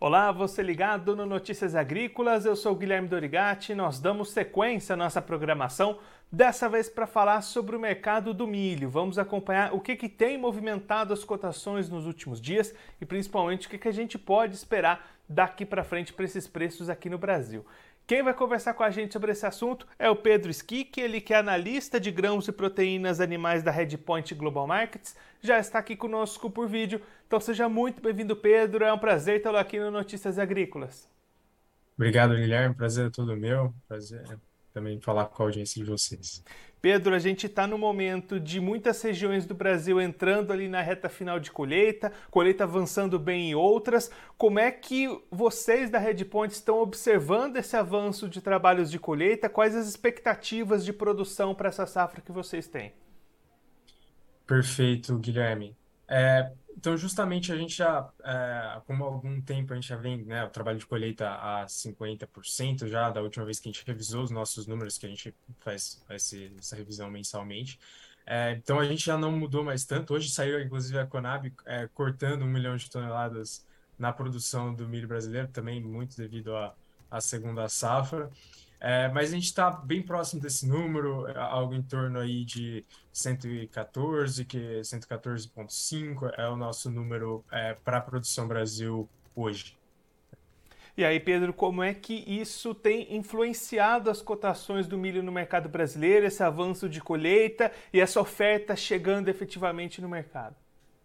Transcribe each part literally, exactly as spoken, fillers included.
Olá, você ligado no Notícias Agrícolas, eu sou o Guilherme Dorigatti, nós damos sequência à nossa programação, dessa vez para falar sobre o mercado do milho. Vamos acompanhar o que, que tem movimentado as cotações nos últimos dias e principalmente o que, que a gente pode esperar daqui para frente para esses preços aqui no Brasil. Quem vai conversar com a gente sobre esse assunto é o Pedro Schick, ele que é analista de grãos e proteínas animais da Redpoint Global Markets, já está aqui conosco por vídeo. Então seja muito bem-vindo, Pedro, é um prazer tê-lo aqui no Notícias Agrícolas. Obrigado, Guilherme. Prazer é todo meu. Prazer também falar com a audiência de vocês. Pedro, a gente está no momento de muitas regiões do Brasil entrando ali na reta final de colheita, colheita avançando bem em outras. Como é que vocês da Redpoint estão observando esse avanço de trabalhos de colheita? Quais as expectativas de produção para essa safra que vocês têm? Perfeito, Guilherme. É, então, justamente, a gente já, é, como há algum tempo a gente já vem, né, o trabalho de colheita a cinquenta por cento já, da última vez que a gente revisou os nossos números, que a gente faz, faz esse- essa revisão mensalmente. É, então, a gente já não mudou mais tanto. Hoje saiu, inclusive, a Conab, é, cortando um milhão de toneladas na produção do milho brasileiro, também muito devido à à segunda safra. É, mas a gente está bem próximo desse número, é algo em torno aí de cento e quatorze, que cento e quatorze vírgula cinco é o nosso número para a produção Brasil hoje. E aí, Pedro, como é que isso tem influenciado as cotações do milho no mercado brasileiro, esse avanço de colheita e essa oferta chegando efetivamente no mercado?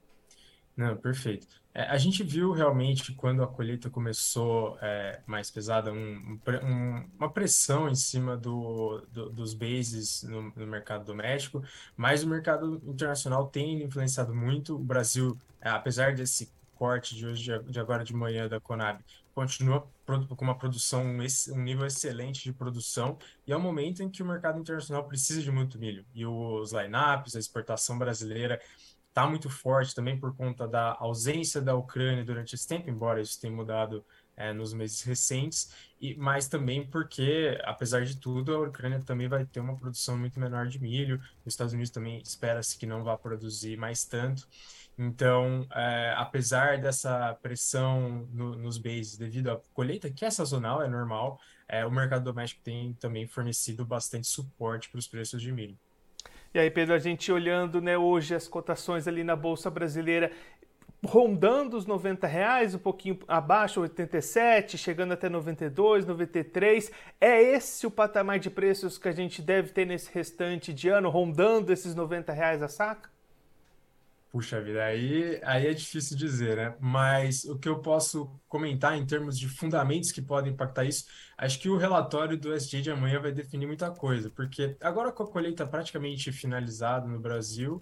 Não, perfeito. É, a gente viu realmente quando a colheita começou é, mais pesada, um, um pre- um- uma pressão em cima do, do- dos bases no, no mercado doméstico, mas o mercado internacional tem influenciado muito. O Brasil, é, apesar desse corte de hoje, de de agora de manhã da Conab, continua produ- com uma produção, ex- um nível excelente de produção, e é um momento em que o mercado internacional precisa de muito milho. E os lineups, a exportação brasileira está muito forte também por conta da ausência da Ucrânia durante esse tempo, embora isso tenha mudado é, nos meses recentes, e, mas também porque, apesar de tudo, a Ucrânia também vai ter uma produção muito menor de milho, os Estados Unidos também espera-se que não vá produzir mais tanto. Então, é, apesar dessa pressão no, nos bases devido à colheita, que é sazonal, é normal, é, o mercado doméstico tem também fornecido bastante suporte para os preços de milho. E aí, Pedro, a gente olhando, né, hoje as cotações ali na Bolsa Brasileira rondando os noventa reais, um pouquinho abaixo, oitenta e sete, chegando até noventa e dois, noventa e três. É esse o patamar de preços que a gente deve ter nesse restante de ano, rondando esses noventa reais a saca? Puxa vida, aí, aí é difícil dizer, né? Mas o que eu posso comentar em termos de fundamentos que podem impactar isso, acho que o relatório do S J de amanhã vai definir muita coisa, porque agora com a colheita praticamente finalizada no Brasil,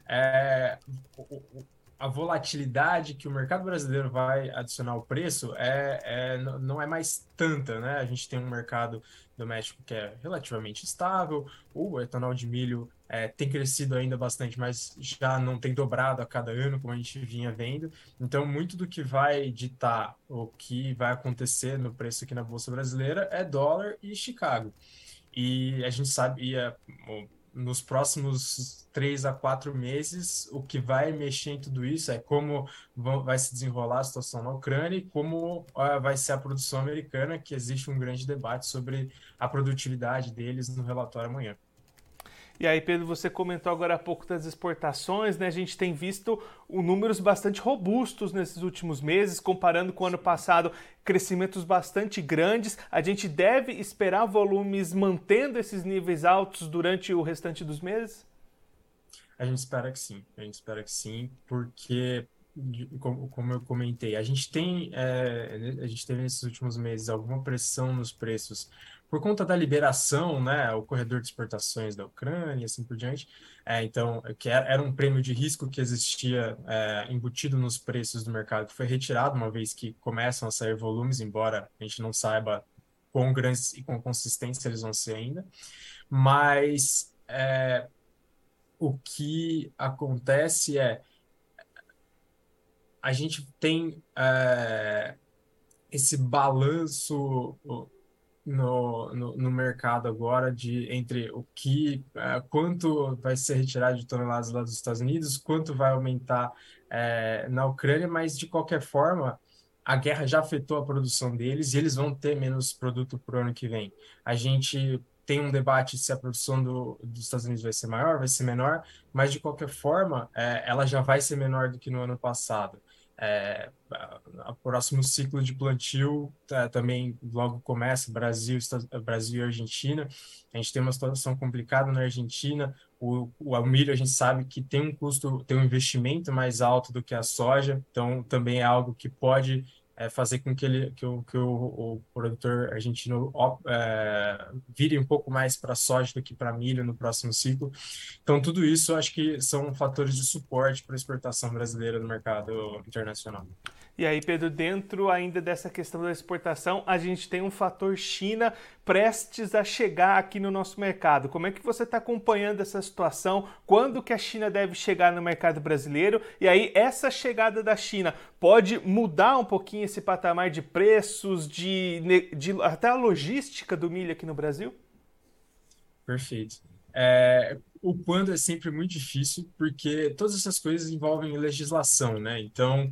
é, o- o- a volatilidade que o mercado brasileiro vai adicionar ao preço é, é, n- não é mais tanta, né? A gente tem um mercado doméstico que é relativamente estável, o etanol de milho é, tem crescido ainda bastante, mas já não tem dobrado a cada ano, como a gente vinha vendo. Então, muito do que vai ditar o que vai acontecer no preço aqui na Bolsa Brasileira é dólar e Chicago. E a gente sabe, e, é, o- nos próximos três a quatro meses, o que vai mexer em tudo isso é como vão, vai se desenrolar a situação na Ucrânia e como ah, vai ser a produção americana, que existe um grande debate sobre a produtividade deles no relatório amanhã. E aí, Pedro, você comentou agora há pouco das exportações, né? A gente tem visto um, números bastante robustos nesses últimos meses, comparando com o ano passado, crescimentos bastante grandes. A gente deve esperar volumes mantendo esses níveis altos durante o restante dos meses? A gente espera que sim, a gente espera que sim, porque, de- como, como eu comentei, a gente tem, é, né, a gente teve nesses últimos meses alguma pressão nos preços por conta da liberação, né, o corredor de exportações da Ucrânia e assim por diante. É, então, que era era um prêmio de risco que existia, é, embutido nos preços do mercado, que foi retirado uma vez que começam a sair volumes, embora a gente não saiba quão grandes e quão consistentes eles vão ser ainda. Mas é, o que acontece é a gente tem é, esse balanço no, no, no mercado agora de entre o que é, quanto vai ser retirado de toneladas lá dos Estados Unidos, quanto vai aumentar é, na Ucrânia, mas de qualquer forma a guerra já afetou a produção deles e eles vão ter menos produto para o ano que vem. A gente tem um debate se a produção do, dos Estados Unidos vai ser maior, vai ser menor, mas de qualquer forma, é, ela já vai ser menor do que no ano passado. É, o próximo ciclo de plantio tá, também logo começa, Brasil, Estados, Brasil e Argentina. A gente tem uma situação complicada na Argentina. O, o milho a gente sabe que tem um custo, tem um investimento mais alto do que a soja, então também é algo que pode é, fazer com que, ele, que, o, que o, o produtor argentino ó, é, vire um pouco mais para soja do que para milho no próximo ciclo. Então, tudo isso eu acho que são fatores de suporte para a exportação brasileira no mercado internacional. E aí, Pedro, dentro ainda dessa questão da exportação, a gente tem um fator China prestes a chegar aqui no nosso mercado. Como é que você está acompanhando essa situação? Quando que a China deve chegar no mercado brasileiro? E aí, essa chegada da China pode mudar um pouquinho esse patamar de preços, de, de até a logística do milho aqui no Brasil? Perfeito. É, o quando é sempre muito difícil, porque todas essas coisas envolvem legislação, né? Então,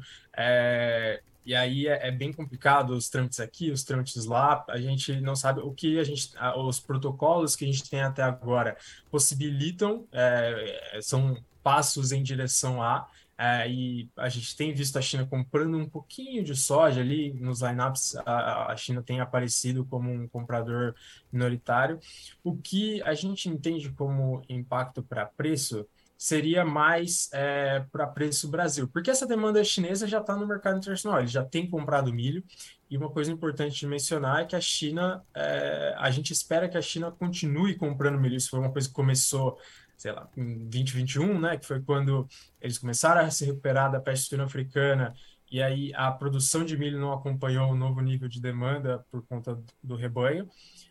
é, e aí é, é bem complicado os trâmites aqui, os trâmites lá, a gente não sabe o que a gente, a- os protocolos que a gente tem até agora possibilitam, é, são passos em direção a, é, e a gente tem visto a China comprando um pouquinho de soja ali nos lineups, a, a China tem aparecido como um comprador minoritário. O que a gente entende como impacto para preço seria mais é, para preço Brasil, porque essa demanda chinesa já está no mercado internacional, ele já tem comprado milho, e uma coisa importante de mencionar é que a China, é, a gente espera que a China continue comprando milho, isso foi uma coisa que começou, sei lá, em dois mil e vinte e um, né, que foi quando eles começaram a se recuperar da peste suína africana, e aí a produção de milho não acompanhou o novo nível de demanda por conta do rebanho,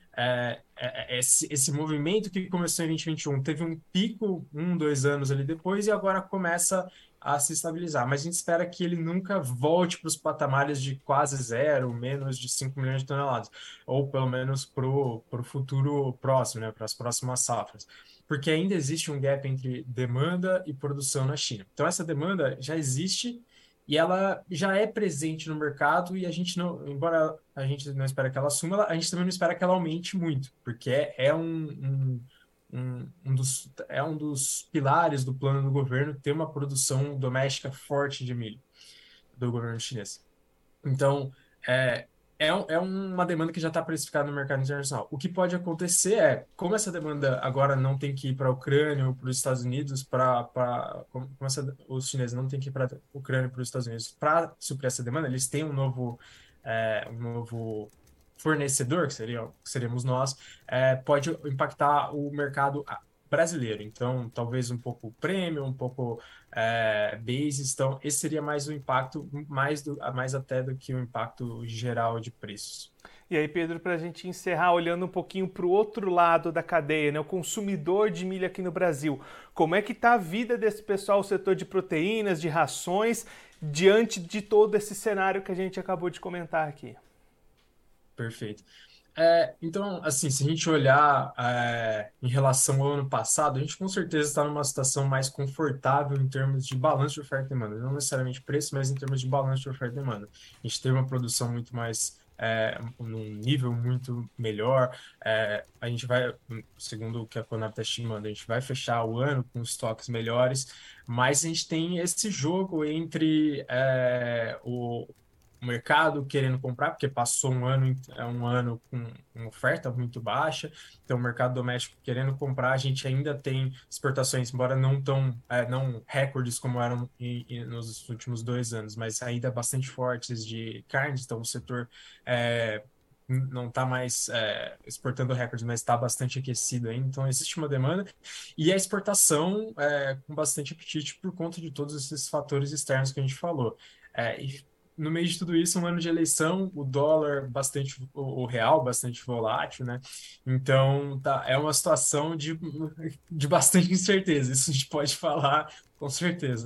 é, é, é, esse, esse movimento que começou em dois mil e vinte e um teve um pico um, dois anos ali depois e agora começa a se estabilizar. Mas a gente espera que ele nunca volte para os patamares de quase zero, menos de cinco milhões de toneladas, ou pelo menos para o futuro próximo, né, para as próximas safras. Porque ainda existe um gap entre demanda e produção na China. Então, essa demanda já existe e ela já é presente no mercado e a gente não, embora a gente não espera que ela assuma, a gente também não espera que ela aumente muito, porque é, é um, um, um, um dos, é um dos pilares do plano do governo ter uma produção doméstica forte de milho do governo chinês. Então, é, é, um- é uma demanda que já está precificada no mercado internacional. O que pode acontecer é, como essa demanda agora não tem que ir para a Ucrânia ou para os Estados Unidos, para, para, como como essa, os chineses não têm que ir para a Ucrânia e para os Estados Unidos para suprir essa demanda, eles têm um novo, é, um novo fornecedor, que seria, que seríamos nós, é, pode impactar o mercado brasileiro. Então, talvez um pouco premium, um pouco é, bases. Então, esse seria mais o impacto, mais, do, mais até do que o impacto geral de preços. E aí, Pedro, para a gente encerrar, olhando um pouquinho para o outro lado da cadeia, né, o consumidor de milho aqui no Brasil, como é que está a vida desse pessoal, o setor de proteínas, de rações, diante de todo esse cenário que a gente acabou de comentar aqui? Perfeito. É, então, assim, se a gente olhar é, em relação ao ano passado, a gente com certeza está numa situação mais confortável em termos de balanço de oferta e demanda. Não necessariamente preço, mas em termos de balanço de oferta e demanda. A gente teve uma produção muito mais, é, num nível muito melhor. É, a gente vai, segundo o que a Conab está estimando, a gente vai fechar o ano com estoques melhores, mas a gente tem esse jogo entre é, o o mercado querendo comprar, porque passou um ano, é um ano com uma oferta muito baixa, então o mercado doméstico querendo comprar, a gente ainda tem exportações, embora não tão, é, não recordes como eram em, em, nos últimos dois anos, mas ainda bastante fortes de carnes, então o setor é, não está mais é, exportando recordes, mas está bastante aquecido ainda, então existe uma demanda, e a exportação é, com bastante apetite por conta de todos esses fatores externos que a gente falou. É, e no meio de tudo isso, um ano de eleição, o dólar bastante, o, o real bastante volátil, né? Então, tá, é uma situação de, de bastante incerteza, isso a gente pode falar com certeza.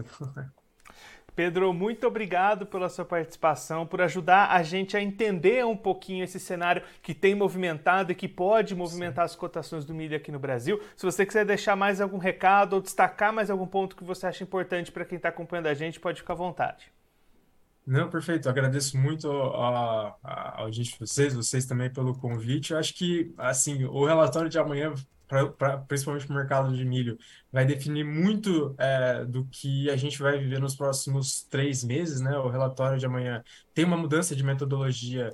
Pedro, muito obrigado pela sua participação, por ajudar a gente a entender um pouquinho esse cenário que tem movimentado e que pode movimentar as cotações do milho aqui no Brasil. Se você quiser deixar mais algum recado ou destacar mais algum ponto que você acha importante para quem está acompanhando a gente, pode ficar à vontade. Não, perfeito. Agradeço muito a, a, a audiência de vocês, vocês também pelo convite. Eu acho que, assim, o relatório de amanhã, pra, pra- principalmente para o mercado de milho, vai definir muito é, do que a gente vai viver nos próximos três meses, né? O relatório de amanhã tem uma mudança de metodologia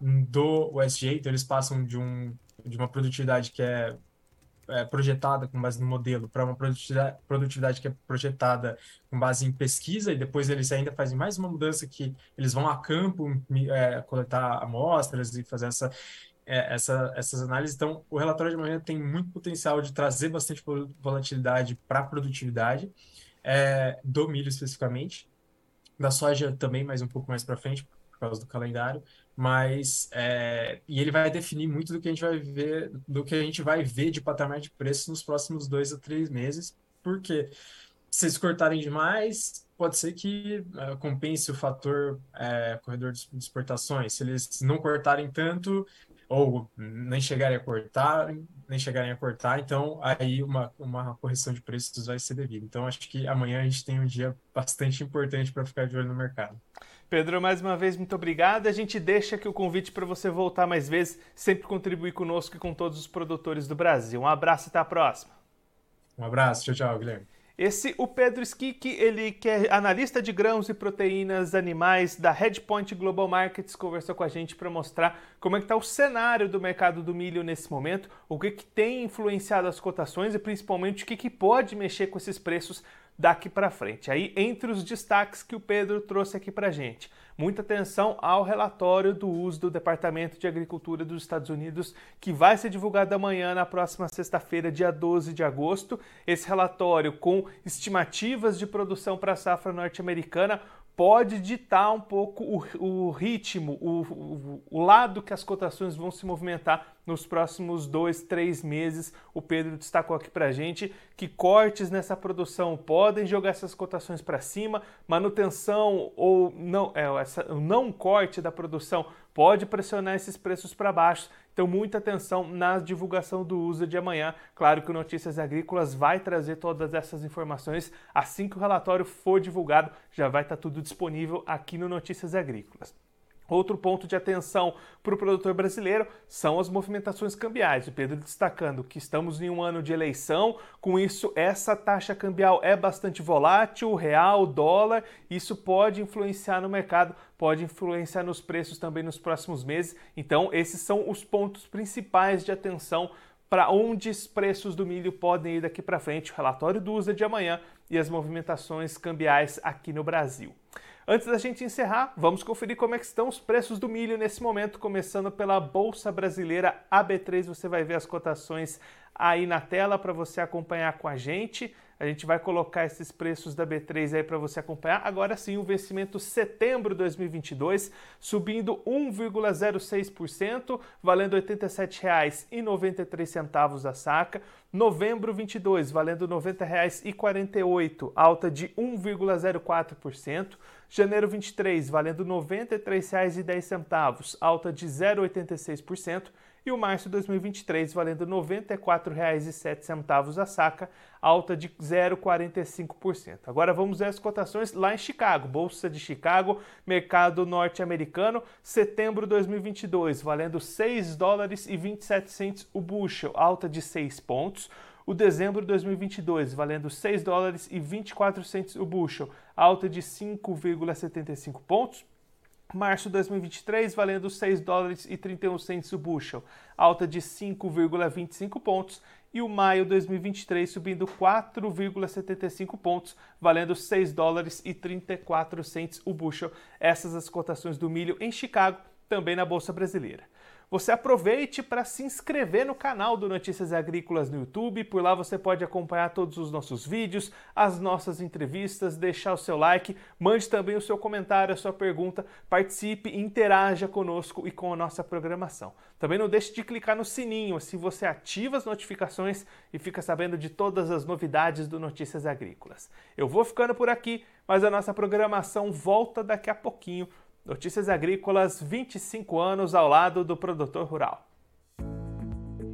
do U S G A, então eles passam de um, de uma produtividade que é é, projetada com base no modelo para uma produtividade, produtividade que é projetada com base em pesquisa, e depois eles ainda fazem mais uma mudança que eles vão a campo mi- é, coletar amostras e fazer essa, é, essa, essas análises. Então, o relatório de amanhã tem muito potencial de trazer bastante vol- volatilidade para a produtividade, é, do milho especificamente, da soja também, mas um pouco mais para frente, por causa do calendário, mas é, e ele vai definir muito do que a gente vai ver, do que a gente vai ver de patamar de preço nos próximos dois a três meses, porque se eles cortarem demais, pode ser que eh, compense o fator eh, corredor de de exportações. Se eles não cortarem tanto, ou nem chegarem a cortar, nem chegarem a cortar, então aí uma, uma correção de preços vai ser devida. Então acho que amanhã a gente tem um dia bastante importante para ficar de olho no mercado. Pedro, mais uma vez, muito obrigado. A gente deixa aqui o convite para você voltar mais vezes, sempre contribuir conosco e com todos os produtores do Brasil. Um abraço e até a próxima. Um abraço, tchau, tchau, Guilherme. Esse, o Pedro Schick, ele que é analista de grãos e proteínas animais da Headpoint Global Markets, conversou com a gente para mostrar como é que está o cenário do mercado do milho nesse momento, o que, que tem influenciado as cotações e principalmente o que, que pode mexer com esses preços daqui para frente. Aí, entre os destaques que o Pedro trouxe aqui para a gente, muita atenção ao relatório do uso do Departamento de Agricultura dos Estados Unidos, que vai ser divulgado amanhã, na próxima sexta-feira, dia doze de agosto. Esse relatório, com estimativas de produção para a safra norte-americana, pode ditar um pouco o, o ritmo, o, o, o lado que as cotações vão se movimentar nos próximos dois, três meses. O Pedro destacou aqui para a gente que cortes nessa produção podem jogar essas cotações para cima, manutenção ou não, é, essa, o não corte da produção pode pressionar esses preços para baixo. Então, muita atenção na divulgação do U S D A de amanhã. Claro que o Notícias Agrícolas vai trazer todas essas informações assim que o relatório for divulgado. Já vai estar tudo disponível aqui no Notícias Agrícolas. Outro ponto de atenção para o produtor brasileiro são as movimentações cambiais. O Pedro destacando que estamos em um ano de eleição, com isso essa taxa cambial é bastante volátil, o real, o dólar, isso pode influenciar no mercado, pode influenciar nos preços também nos próximos meses. Então esses são os pontos principais de atenção para onde os preços do milho podem ir daqui para frente, o relatório do U S D A de amanhã e as movimentações cambiais aqui no Brasil. Antes da gente encerrar, vamos conferir como é que estão os preços do milho nesse momento, começando pela Bolsa Brasileira A B três. Você vai ver as cotações aí na tela para você acompanhar com a gente. A gente vai colocar esses preços da B três aí para você acompanhar. Agora sim, o vencimento setembro de dois mil e vinte e dois subindo um vírgula zero seis por cento, valendo oitenta e sete reais e noventa e três centavos a saca. Novembro vinte e dois, valendo noventa reais e quarenta e oito centavos, alta de um vírgula zero quatro por cento. Janeiro vinte e três, valendo noventa e três reais e dez centavos, alta de zero vírgula oitenta e seis por cento. E o março de dois mil e vinte e três, valendo noventa e quatro reais e sete centavos a saca, alta de zero vírgula quarenta e cinco por cento. Agora vamos ver as cotações lá em Chicago, Bolsa de Chicago, mercado norte-americano, setembro de dois mil e vinte e dois, valendo seis dólares e vinte e sete centavos o bushel, alta de seis pontos. O dezembro de dois mil e vinte e dois, valendo seis dólares e vinte e quatro centavos o bushel, alta de cinco vírgula setenta e cinco pontos. Março de dois mil e vinte e três, valendo seis dólares e trinta e um centavos o bushel, alta de cinco vírgula vinte e cinco pontos. E o maio de dois mil e vinte e três subindo quatro vírgula setenta e cinco pontos, valendo seis dólares e trinta e quatro centavos o bushel. Essas as cotações do milho em Chicago, também na Bolsa Brasileira. Você aproveite para se inscrever no canal do Notícias Agrícolas no YouTube, por lá você pode acompanhar todos os nossos vídeos, as nossas entrevistas, deixar o seu like, mande também o seu comentário, a sua pergunta, participe e interaja conosco e com a nossa programação. Também não deixe de clicar no sininho, assim você ativa as notificações e fica sabendo de todas as novidades do Notícias Agrícolas. Eu vou ficando por aqui, mas a nossa programação volta daqui a pouquinho. Notícias Agrícolas, vinte e cinco anos ao lado do produtor rural.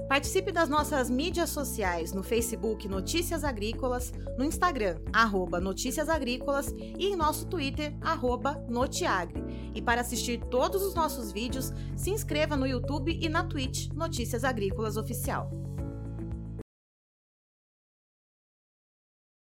Participe das nossas mídias sociais no Facebook Notícias Agrícolas, no Instagram, arroba Notícias Agrícolas e em nosso Twitter, arroba Notiagre. E para assistir todos os nossos vídeos, se inscreva no YouTube e na Twitch Notícias Agrícolas Oficial.